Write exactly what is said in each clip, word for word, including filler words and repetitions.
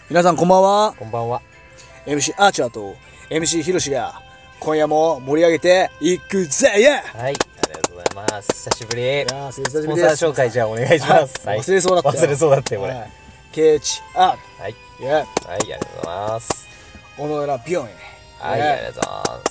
皆さんこんばんは。 こんばんは。 エムシー アーチャーと エムシー ヒロシが今夜も盛り上げていくぜ。イエー。 はい、ありがとうございます。久しぶり。いやー久しぶりです。 スポンサー紹介じゃあお願いします。 はい、忘れそうだった忘れそうだったよこれ。 はい、ケイチアーはい、 イエー。 はい、ありがとうございます。 小野寺ビヨンへ。 はい、ありがとうございます。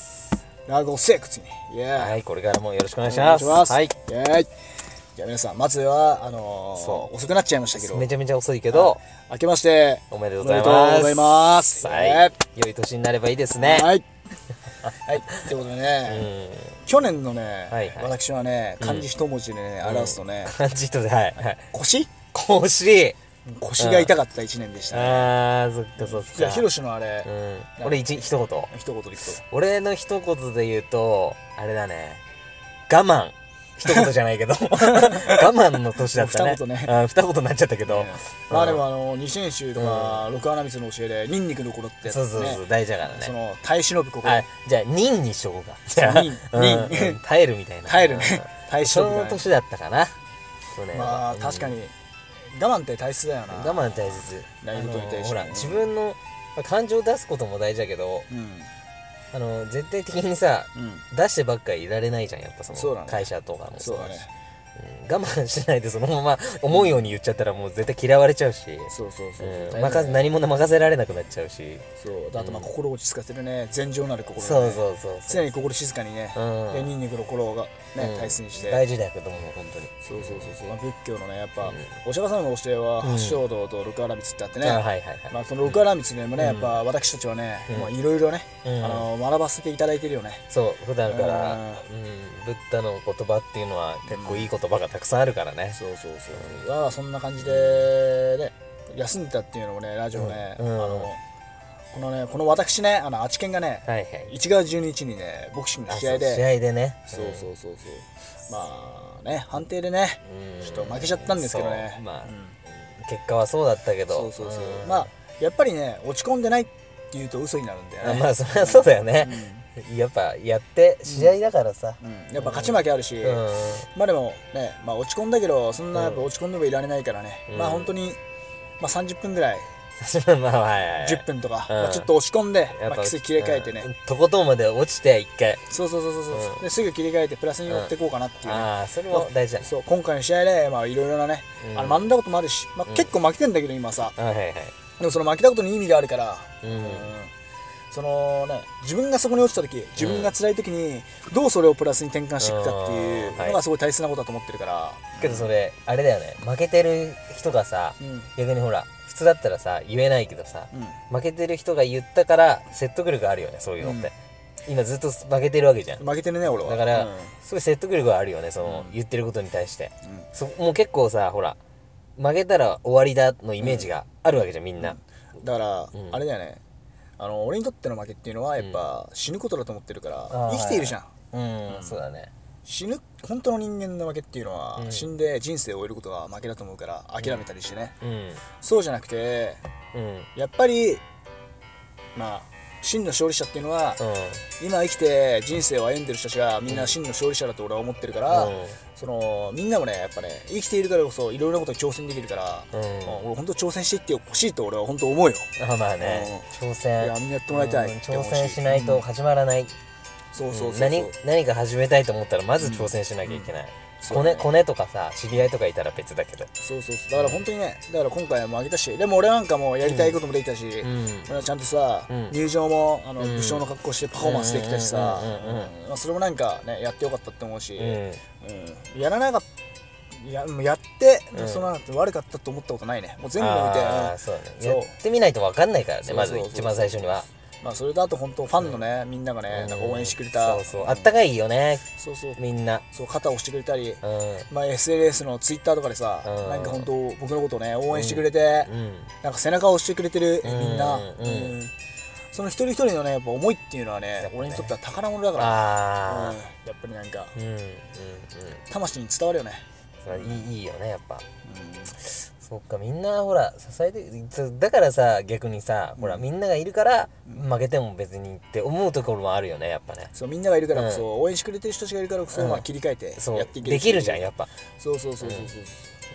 ラゴセクツに。イエー。 はい、これからもよろしくお願いします。 お願いします。 はい、 イエーイ。じゃあ皆さん、まずはあのー、 そう遅くなっちゃいましたけど、 めちゃめちゃ遅いけど、 明けましておめでとうございおめでとうます。 ございます。 はい、良い年になればいいですね。 はい。はい、ということでね、 うん、 去年のね、 はいはい、 私はね、漢字一文字でね、うん、表すとね、 漢字とで、はいはい、 腰腰腰が痛かった一年でしたね。 うん、あー、そっかそっか。 じゃあヒロシのあれ、 うん、俺一一言一言でいくと、 俺の一言で言うとあれだね、我慢。一言じゃないけど我慢の年だったね。 二言ね。 あ、二言になっちゃったけど、 ね、まあでもあの二千秋とか、うん、六穴光の教えでニンニクの心ってやつ、ね、 そうそうそう、大事だからね。 その耐え忍ぶ心。 あ、じゃあ忍にしようか。 じゃあ忍、忍、 うん、耐えるみたいな。 耐えるね。耐え忍ぶ、 その年だったかな。 まあ確かに我慢って大切だよな。 我慢大切。 何事に対しても。 ほら、自分の感情を出すことも大事だけど、うん、あの絶対的にさ、うん、出してばっかりいられないじゃん、やっぱその会社とかもそうだね、 うん、我慢しないでそのまま思うように言っちゃったらもう絶対嫌われちゃうし、 そうそうそう、 うん、任何者任せられなくなっちゃうし、 そうあとまあ心を落ち着かせるね、善情なる心、ね、 そうそうそう常に心静かにね、うん、でニンニクの心がね、うん、大切にして大事だけども本当にそうそうそうそう、まあ、仏教のねやっぱ、うん、お釈迦様の教えは八正道と六荒光ってあってね、 はいはいはい、 まあその六荒光でもね、やっぱ私たちはねいろいろね、あの学ばせていただいてるよね。 そう普段から、うん、ブッダの言葉っていうのは結構いい言葉がたくさんあるからね。 そうそうそう、だからそんな感じでね休んでたっていうのもねラジオね、あのこのねこの私ねあのあちけんがね、はいはい、いちがつじゅうににちにねボクシングの試合で試合でね、 そうそうそうそう、まあね判定でねちょっと負けちゃったんですけどね、 まあ結果はそうだったけど、 そうそうそう、まあやっぱりね落ち込んでないっていうと嘘になるんだよね。 まあそれはそうだよね、やっぱやって試合だからさ、 やっぱ勝ち負けあるし、まあでもねまあ落ち込んだけどそんなやっぱ落ち込んでもいられないからね、まあ本当にまあさんじゅっぷんぐらいまあはいはい、 じゅっぷんとか、まあ、ちょっと押し込んで、まあ、奇跡切り替えてね、 とことんまで落ちて一回、 そうそうそうそう、ですぐ切り替えてプラスに寄っていこうかなっていう、 ああそれも大事だね。 そう今回の試合でまあいろいろなね、あの学んだこともあるし、まあ結構負けてんだけど今さ、はいはい、でもその負けたことに意味があるから、そのね自分がそこに落ちた時、自分が辛い時にどうそれをプラスに転換していくかっていうのがすごい大切なことだと思ってるから。 けどそれあれだよね、負けてる人がさ、逆にほら普通だったらさ言えないけどさ、負けてる人が言ったから説得力あるよね、そういうのって。今ずっと負けてるわけじゃん。 負けてるね俺は。 だからすごい説得力があるよね、その言ってることに対して。もう結構さほら負けたら終わりだのイメージがあるわけじゃんみんな。 だからあれだよね、あの俺にとっての負けっていうのはやっぱ死ぬことだと思ってるから、生きているじゃん。 うんそうだね。 死ぬ本当の人間の負けっていうのは、死んで人生を終えることが負けだと思うから諦めたりしてね、そうじゃなくてやっぱりまあ真の勝利者っていうのは、今生きて人生を歩んでる人たちがみんな真の勝利者だと俺は思ってるから、そのみんなもねやっぱね生きているからこそいろいろなことに挑戦できるから、俺本当挑戦していってほしいと俺は本当思うよ。 まあね、挑戦、 いやみんなやってもらいたい。 挑戦しないと始まらない。 そうそうそう、 何何か始めたいと思ったらまず挑戦しなきゃいけない。コネコネとかさ知り合いとかいたら別だけど、 そうそうそう、だから本当にね、だから今回もあげたし、でも俺なんかもやりたいこともできたし、ちゃんとさ入場もあの武将の格好してパフォーマンスできたしさ、それもなんかねやってよかったって思うし、やらなかったややってその悪かったと思ったことないね。もう全部見て、 そうだね、やってみないと分かんないからね、まず一番最初には。 まあそれとあと本当ファンのねみんながねなんか応援してくれた、 そうそうあったかいよね。 そうそうみんなそう肩を押してくれたり、まあ エスエヌエス のツイッターとかでさなんか本当僕のことをね応援してくれて、なんか背中を押してくれてるみんな、その一人一人のねやっぱ思いっていうのはね俺にとっては宝物だから、やっぱりなんか魂に伝わるよね。 いいよねやっぱ。そっか、みんなほら支えて、だからさ逆にさ、ほらみんながいるから負けても別にって思うところもあるよねやっぱね。 そうみんながいるからこそ、応援してくれてる人たちがいるからこそ、まあ切り替えてやっていける。 できるじゃんやっぱ。 そうそうそうそうそう。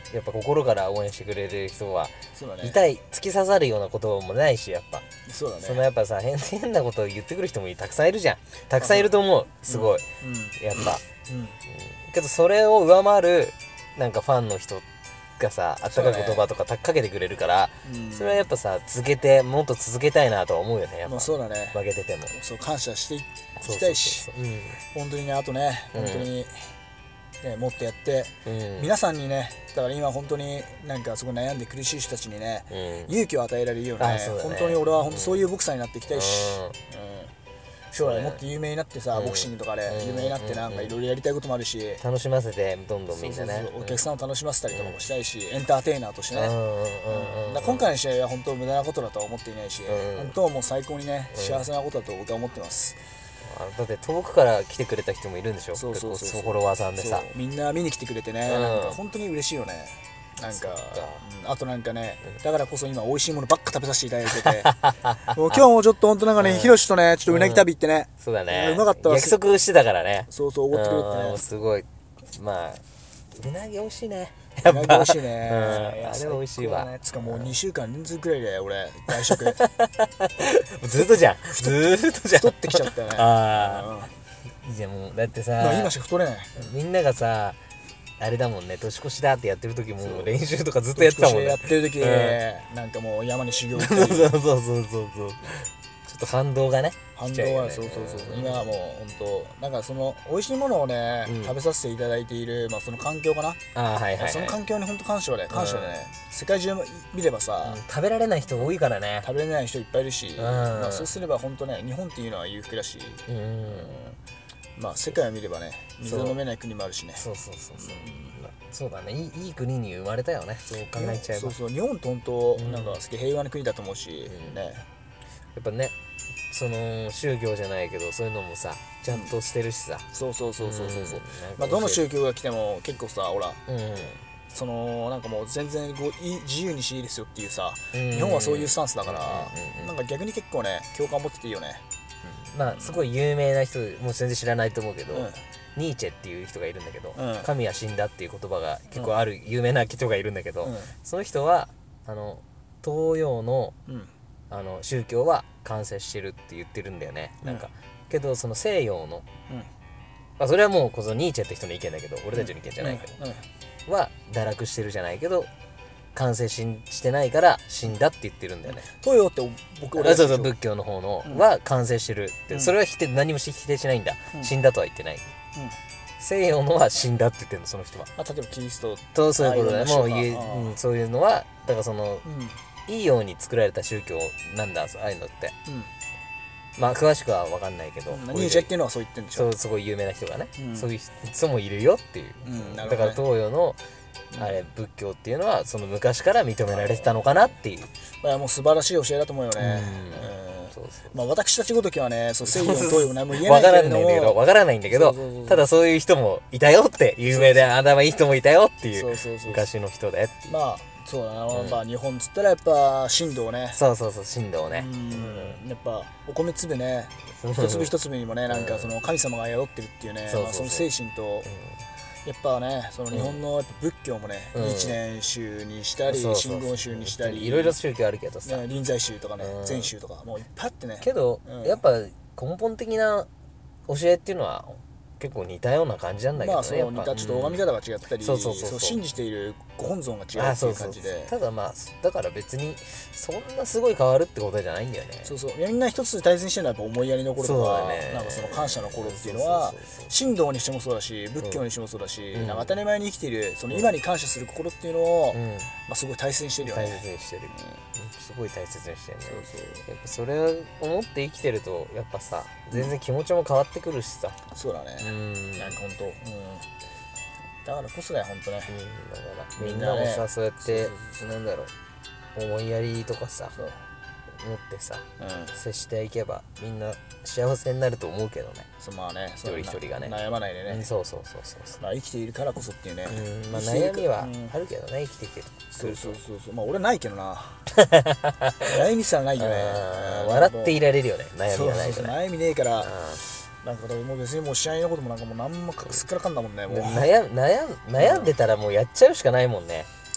やっぱ心から応援してくれる人は、 そうだね、 痛い突き刺さるような言葉もないし、やっぱそうだね、 そのやっぱさ変変なことを言ってくる人もたくさんいるじゃん。たくさんいると思う、すごい、うんうん、やっぱ、うんうん、けどそれを上回るなんかファンの人がさ、あったかい言葉とかかけてくれるから、そ,、ね、それはやっぱさ続けてもっと続けたいなとは思うよね。やっぱもうそうだね、 負けててもそう感謝していきたいし、本当にね、あとね、本当に、ね、もっとやって、うん、皆さんにね、だから今本当になんかすごい悩んで苦しい人たちにね、うん、勇気を与えられるような、ねね、本当に俺は本当そういうボクサーになっていきたいし、うんうん、将来もっと有名になってさ、うん、ボクシングとかで有名になってなんかいろいろやりたいこともあるし、 楽しませてどんどんみんなね、そうそうそう、 お客さんを楽しませたりとかもしたいし、うん、エンターテイナーとしてね、うん、だ今回の試合は本当無駄なことだとは思っていないし、うん、本当もう最高にね幸せなことだと僕は思ってます。 だって遠くから来てくれた人もいるんでしょ。そうそうそうそう、フォロワーさんでさ、 みんな見に来てくれてね、うん、なんか本当に嬉しいよね。なんか、うん、あとなんかね、だからこそ今美味しいものばっか食べさせていただいててもう今日もちょっと本当なんかね、ひろしとねちょっとうなぎ旅行ってね、 うん、そうだね、 うまかったわ。 約束してたからね。 そうそう、おごってくれってね、 すごい、まあうなぎ美味しいね、 やっぱうなぎ美味しいね、 うん、あれ美味しいわ、 ね、つかもうにしゅうかん連続くらいで俺外食ずっとじゃん、ずーっとじゃん、 太ってきちゃったよね。ああ、 いいじゃん、もうだってさ、 まあ、今しか太れない。 みんながさあれだもんね、年越しだってやってる時も練習とかずっとやってたもんね。 やってる時、うん、なんかもう山に修行行ったりそうそうそうそうそう、ちょっと反動がね、 反動は、ね、そうそうそう、今はもう本当なんかその美味しいものをね、うん、食べさせていただいている、まあ、その環境かな、 あ、はいはいはい、 その環境に本当感謝で感謝でね、うん、世界中見ればさ、 うん、食べられない人多いからね、 食べられない人いっぱいいるし、うん、まあ、そうすれば本当ね、日本っていうのは裕福だし、うん、うん、まあ世界を見ればね、水を飲めない国もあるしね。 そうそうそうそう、うん、そうだね、いい、いい国に生まれたよね、そう考えちゃえば。 そうそう、日本って本当、うん、なんかすげえ平和な国だと思うし、うん、ね、 やっぱね、その宗教じゃないけどそういうのもさちゃんとしてるしさ、 うん、そうそうそうそうそうそう、うん、まあどの宗教が来ても結構さ、ほら、うん、そのなんかもう全然ご自由にしていいですよっていうさ、うん、日本はそういうスタンスだから、うん、なんか逆に結構ね共感持ってていいよね。 うん、まあすごい有名な人もう全然知らないと思うけど、うん、ニーチェっていう人がいるんだけど、うん、神は死んだっていう言葉が結構ある有名な人がいるんだけど、うん、その人はあの東洋の、うん、あの宗教は完成してるって言ってるんだよね、うん、なんかけどその西洋の、うん、まあ、それはもうこそニーチェって人の意見だけど俺たちの意見じゃないけど、うんうん、は堕落してるじゃないけど完成 し, してないから死んだって言ってるんだよね。 東洋って僕俺あそうそう仏教の方の、うん、は完成してるって、うん、それは否定何も否定しないんだ、うん、死んだとは言ってない、うん、西洋のは死んだって言ってるのその人は。 あ、例えばキリストとそういうことだね、もういう、うん、そういうのはだからその、うん、いいように作られた宗教なんだああいうのって、うん、まあ詳しくは分かんないけど、 ニーチェっていうのはそう言ってるんでしょ。 そうすごい有名な人がね、うん、そういう人もいるよっていう、うん、だから東洋のあれ仏教っていうのはその昔から認められてたのかなっていう、 まあもう素晴らしい教えだと思うよね。まあ私たちごときはね、そう西洋東洋も何も言えないけれども、 わからないんだけど、ただそういう人もいたよって、有名で頭いい人もいたよっていう昔の人でっていう。 まあそうだな、うん、まあ日本っつったらやっぱ神道ね。 そうそうそう、神道ね。 うん、やっぱお米粒ね、一粒一粒にもね、なんかその神様が宿ってるっていうね、その精神と。やっぱね、その日本のやっぱ仏教もね、うん、日蓮宗にしたり真言宗にしたりいろいろ宗教あるけどさ、 ね、臨済宗とかね、うん、禅宗とかもういっぱいあってね。 けど、うん、やっぱ根本的な教えっていうのは結構似たような感じなんだけどね。まあそう似たちょっと拝み方が違ったり、そうそうそうそう、信じているご本尊が違うっていう感じで。 ただまあだから別にそんなすごい変わるってことじゃないんだよね。 そうそう、みんな一つ大切にしてるのはやっぱ思いやりの頃とか、ね、なんかその感謝の頃っていうのは神道にしてもそうだし仏教にしてもそうだし、うん、なんか当たり前に生きているその今に感謝する心っていうのを、うん、まあすごい大切にしてるよね。 大切にしてる、うん、すごい大切にしてるね。そうそう、やっぱそれを思って生きてるとやっぱさ全然気持ちも変わってくるしさ、 うん、そうだね、うん、なんかほんと、うん、だからこそだよほんとね、 うん、だからみんなもさ、ね、そうやってなんだろう思いやりとかさ持ってさ、うん、接していけばみんな幸せになると思うけどね。 そう、まあね、 一人一人がね悩まないでね、 うん、そうそうそうそう、 まあ、生きているからこそっていうね、 うん、まあ悩みはあるけどね、うん、生きていける。 そうそうそうそう、まあ俺ないけどな悩みさないよね笑っていられるよね、悩みがないから。そうそうそう、 悩みねえからなんかもう別にもう試合のこともなんかもう何もすっからかんだもんね。もう悩ん、悩ん、悩んでたらもうやっちゃうしかないもんね。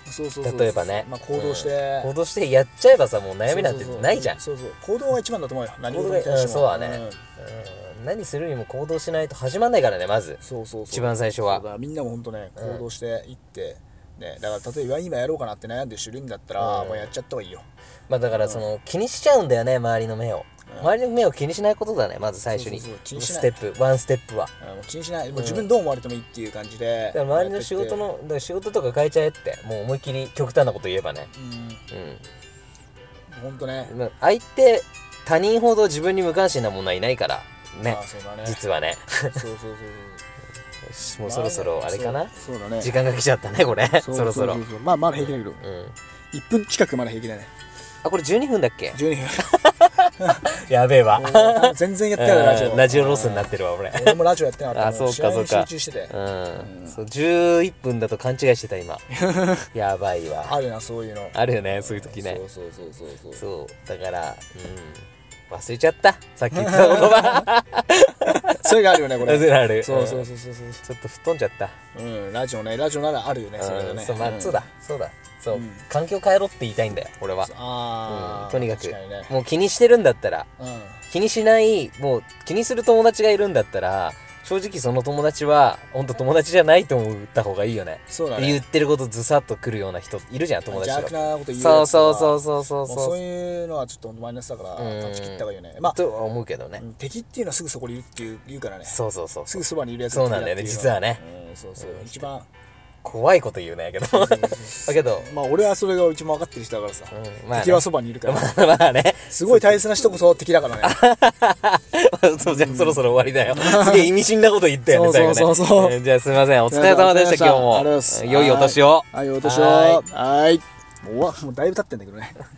そうそうそう、 例えばね、 まあ、行動して、 うん、行動してやっちゃえばさ、もう悩みなんてないじゃん。 そうそうそう、行動が一番だと思うよ、何事に対しても。うん、そうだね、うん、何するにも行動しないと始まんないからね、まず。そうそうそう、一番最初は。 そうだ、みんなも本当ね、行動していって、うん、ね、だから例えば今やろうかなって悩んでる人いるんだったら、うん、もうやっちゃった方がいいよ。 まあだからその、うん、気にしちゃうんだよね、周りの目を。周りの目を気にしないことだね、まず最初に。そうそうそう、気にしない、ステップワンステップは、 うん、もう気にしない、もう自分どう思われてもいいっていう感じで、 だから周りの仕事の、だから仕事とか変えちゃえって、もう思いっきり極端なこと言えばね、うんうん、ほんとね、 相手他人ほど自分に無関心なものはいないからね、 あ、そうだね、 実はね。 そうそうそうそうもうそろそろあれかな、 そうだね、 時間が来ちゃったねこれ。そろそろ、 まあまだ平気だけど、いっぷん近くまだ平気だね。 あ、これじゅうにふんだっけ？ じゅうにふん。 やべえわ。 全然やってないラジオ。 ラジオロスになってるわ俺。 俺もラジオやってなかった。 あ、そうかそうか。 集中してて。うん。 そう、じゅういっぷんだと勘違いしてた今。やばいわ。 あるな、そういうの。 あるよね、そういう時ね。 そうそうそうそうそう。だから、うん。忘れちゃった。さっき言った言葉。 それがあるよね、これ。 それある。 そうそうそうそう。 ちょっと吹っ飛んじゃった。 うん、ラジオね、ラジオならあるよね、それがね。 そう、まあ、そうだ、そうだ。そう、環境変えろって言いたいんだよ、俺は。 ああ、 とにかく、もう気にしてるんだったら、気にしない、もう気にする友達がいるんだったら、正直その友達は、ほんと友達じゃないと思った方がいいよね。 そうだね。 言ってることずさっとくるような人いるじゃん、友達が。 邪悪なこと言う。 そうそうそうそうそうそう。 そういうのはちょっとマイナスだから、断ち切った方がいいよね。まあ、 とは思うけどね。 敵っていうのはすぐそこにいるっていう言うからね。 そうそうそう。 すぐそばにいるやつ。 そうなんだよね、実はね。 そうそう。一番。 怖いこと言うねんけど。だけど、まあ俺はそれが一番分かってる人だからさ、敵はそばにいるから。 まあね。 すごい大切な人こそ敵だからね。 そう、じゃあそろそろ終わりだよ。すげえ意味深なこと言ったよね、 そうそうそう。 じゃあすみません、お疲れ様でした、今日も。良いお年を。 はい、良いお年を。はい。もうだいぶ経ってんだけどね。